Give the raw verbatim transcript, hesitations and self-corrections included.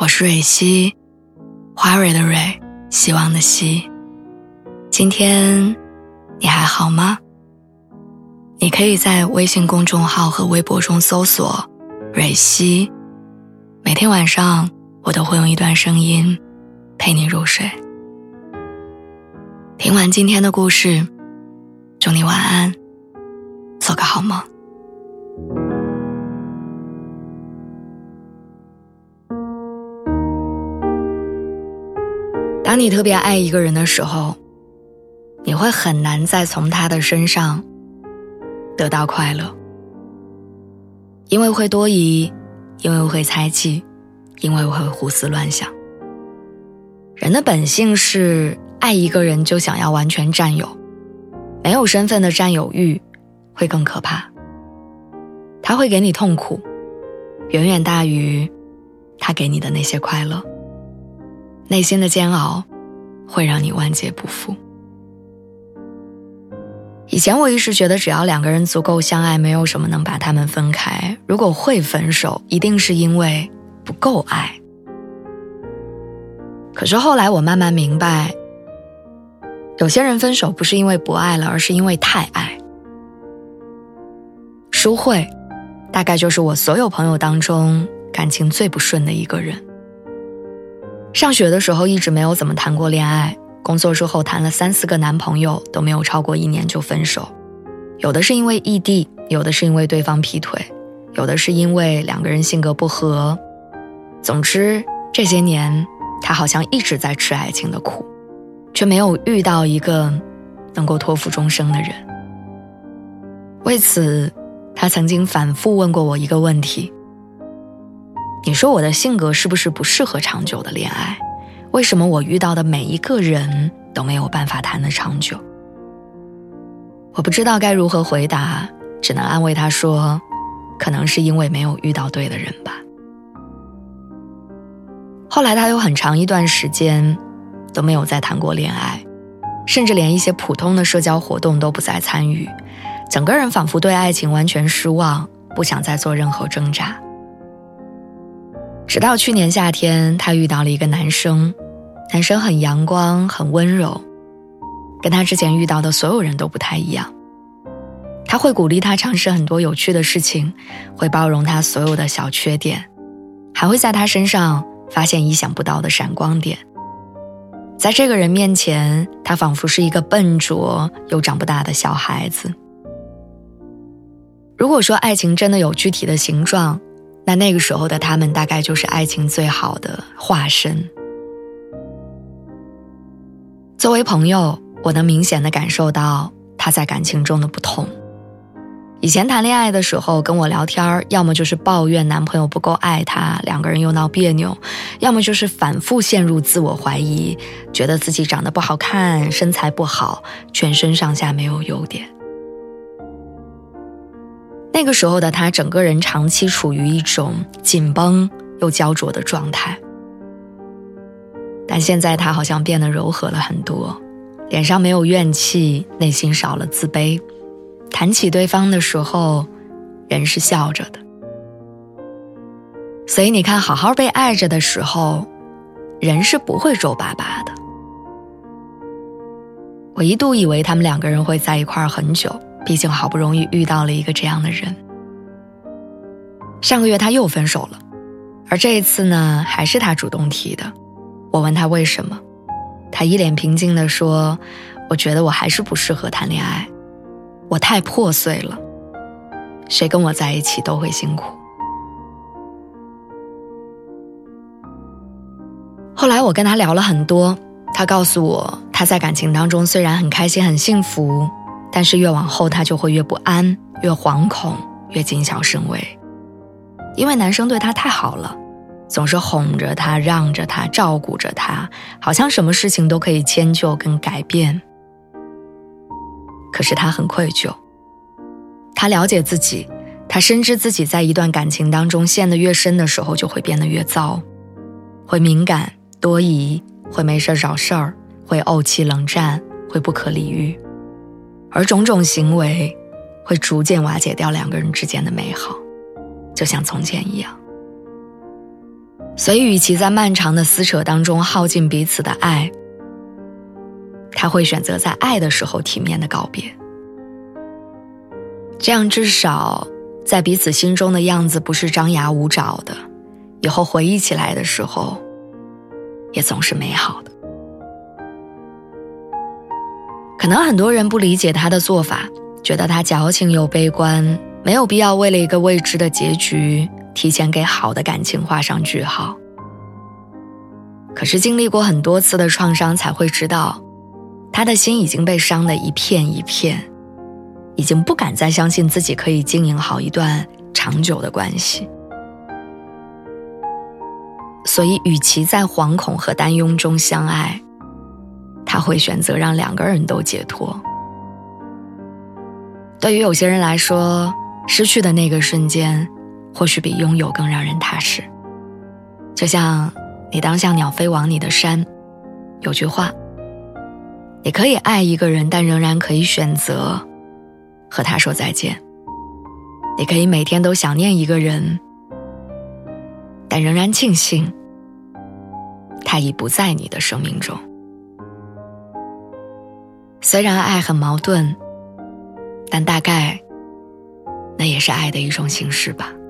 我是蕊希，花蕊的蕊，希望的希。今天你还好吗？你可以在微信公众号和微博中搜索蕊希，每天晚上我都会用一段声音陪你入睡。听完今天的故事，祝你晚安，做个好梦。当你特别爱一个人的时候，你会很难再从他的身上得到快乐，因为会多疑，因为会猜忌，因为会胡思乱想。人的本性是爱一个人就想要完全占有，没有身份的占有欲会更可怕，他会给你痛苦，远远大于他给你的那些快乐。内心的煎熬会让你万劫不复。以前我一直觉得只要两个人足够相爱，没有什么能把他们分开，如果会分手一定是因为不够爱。可是后来我慢慢明白，有些人分手不是因为不爱了，而是因为太爱。舒慧大概就是我所有朋友当中感情最不顺的一个人。上学的时候一直没有怎么谈过恋爱，工作之后谈了三四个男朋友，都没有超过一年就分手。有的是因为异地，有的是因为对方劈腿，有的是因为两个人性格不合。总之这些年他好像一直在吃爱情的苦，却没有遇到一个能够托付终生的人。为此他曾经反复问过我一个问题，你说我的性格是不是不适合长久的恋爱？为什么我遇到的每一个人都没有办法谈得长久？我不知道该如何回答，只能安慰他说，可能是因为没有遇到对的人吧。后来他有很长一段时间都没有再谈过恋爱，甚至连一些普通的社交活动都不再参与，整个人仿佛对爱情完全失望，不想再做任何挣扎。直到去年夏天，他遇到了一个男生，男生很阳光，很温柔，跟他之前遇到的所有人都不太一样。他会鼓励他尝试很多有趣的事情，会包容他所有的小缺点，还会在他身上发现意想不到的闪光点。在这个人面前，他仿佛是一个笨拙又长不大的小孩子。如果说爱情真的有具体的形状，那那个时候的他们大概就是爱情最好的化身。作为朋友，我能明显地感受到他在感情中的不同。以前谈恋爱的时候跟我聊天，要么就是抱怨男朋友不够爱他，两个人又闹别扭，要么就是反复陷入自我怀疑，觉得自己长得不好看，身材不好，全身上下没有优点。那个时候的他整个人长期处于一种紧绷又焦灼的状态，但现在他好像变得柔和了很多，脸上没有怨气，内心少了自卑，谈起对方的时候人是笑着的。所以你看，好好被爱着的时候，人是不会皱巴巴的。我一度以为他们两个人会在一块儿很久，毕竟好不容易遇到了一个这样的人。上个月他又分手了，而这一次呢，还是他主动提的。我问他为什么，他一脸平静地说，我觉得我还是不适合谈恋爱，我太破碎了，谁跟我在一起都会辛苦。后来我跟他聊了很多，他告诉我，他在感情当中虽然很开心很幸福，但是越往后他就会越不安，越惶恐，越谨小慎微。因为男生对他太好了，总是哄着他，让着他，照顾着他，好像什么事情都可以迁就跟改变。可是他很愧疚，他了解自己，他深知自己在一段感情当中陷得越深的时候就会变得越糟，会敏感多疑，会没事找事儿，会怄气冷战，会不可理喻，而种种行为会逐渐瓦解掉两个人之间的美好，就像从前一样。 所以与其在漫长的撕扯当中耗尽彼此的爱，他会选择在爱的时候体面的告别。这样至少在彼此心中的样子不是张牙舞爪的，以后回忆起来的时候也总是美好的。可能很多人不理解他的做法，觉得他矫情又悲观，没有必要为了一个未知的结局提前给好的感情画上句号。可是经历过很多次的创伤才会知道，他的心已经被伤得一片一片，已经不敢再相信自己可以经营好一段长久的关系。所以与其在惶恐和担忧中相爱，他会选择让两个人都解脱。对于有些人来说，失去的那个瞬间或许比拥有更让人踏实。就像你当像鸟飞往你的山，有句话，你可以爱一个人，但仍然可以选择和他说再见。你可以每天都想念一个人，但仍然庆幸他已不在你的生命中。虽然爱很矛盾，但大概那也是爱的一种形式吧。